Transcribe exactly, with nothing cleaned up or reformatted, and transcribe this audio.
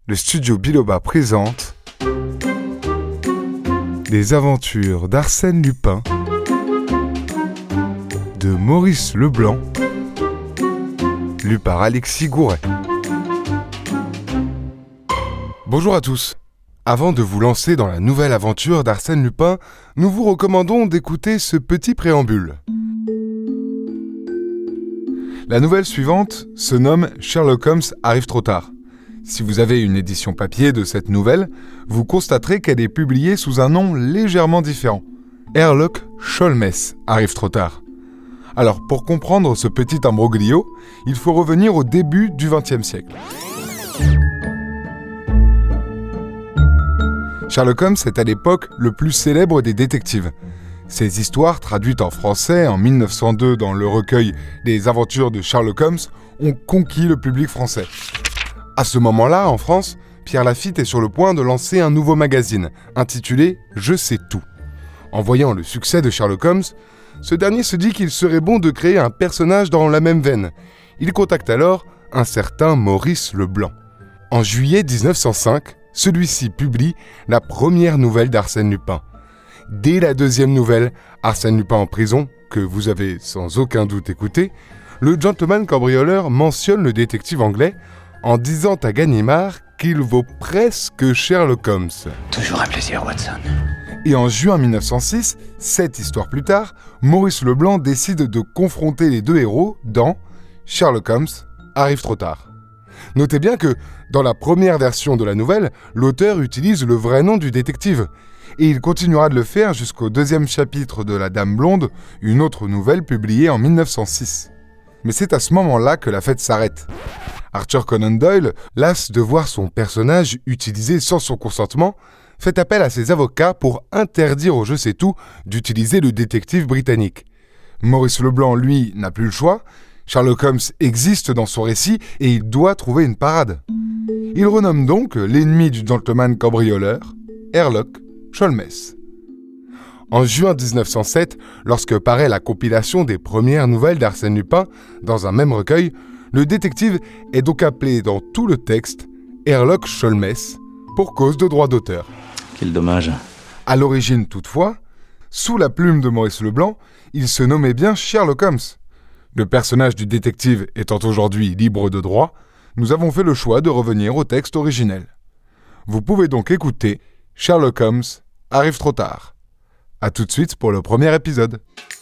le studio Biloba présente Les aventures d'Arsène Lupin de Maurice Leblanc, lu par Alexis Gouret. Bonjour à tous. Avant de vous lancer dans la nouvelle aventure d'Arsène Lupin, nous vous recommandons d'écouter ce petit préambule. La nouvelle suivante se nomme Sherlock Holmes arrive trop tard. Si vous avez une édition papier de cette nouvelle, vous constaterez qu'elle est publiée sous un nom légèrement différent. Sherlock Holmes arrive trop tard. Alors, pour comprendre ce petit imbroglio, il faut revenir au début du vingtième siècle. Sherlock Holmes est à l'époque le plus célèbre des détectives. Ses histoires, traduites en français en mille neuf cent deux dans le recueil Les aventures de Sherlock Holmes, ont conquis le public français. À ce moment-là, en France, Pierre Lafitte est sur le point de lancer un nouveau magazine, intitulé « Je sais tout ». En voyant le succès de Sherlock Holmes, ce dernier se dit qu'il serait bon de créer un personnage dans la même veine. Il contacte alors un certain Maurice Leblanc. En juillet dix-neuf cent cinq, celui-ci publie la première nouvelle d'Arsène Lupin. Dès la deuxième nouvelle, Arsène Lupin en prison, que vous avez sans aucun doute écouté, le gentleman cambrioleur mentionne le détective anglais en disant à Ganimard qu'il vaut presque Sherlock Holmes. Toujours un plaisir, Watson. Et en juin mille neuf cent six, sept histoires plus tard, Maurice Leblanc décide de confronter les deux héros dans Sherlock Holmes arrive trop tard. Notez bien que, dans la première version de la nouvelle, l'auteur utilise le vrai nom du détective. Et il continuera de le faire jusqu'au deuxième chapitre de La Dame Blonde, une autre nouvelle publiée en mille neuf cent six. Mais c'est à ce moment-là que la fête s'arrête. Arthur Conan Doyle, las de voir son personnage utilisé sans son consentement, fait appel à ses avocats pour interdire au Je sais tout d'utiliser le détective britannique. Maurice Leblanc, lui, n'a plus le choix. Sherlock Holmes existe dans son récit et il doit trouver une parade. Il renomme donc l'ennemi du gentleman cambrioleur, Sherlock Holmes. En juin dix-neuf cent sept, lorsque paraît la compilation des premières nouvelles d'Arsène Lupin dans un même recueil, le détective est donc appelé dans tout le texte Sherlock Holmes pour cause de droit d'auteur. Quel dommage. À l'origine toutefois, sous la plume de Maurice Leblanc, il se nommait bien Sherlock Holmes. Le personnage du détective étant aujourd'hui libre de droit, nous avons fait le choix de revenir au texte originel. Vous pouvez donc écouter Sherlock Holmes arrive trop tard. À tout de suite pour le premier épisode.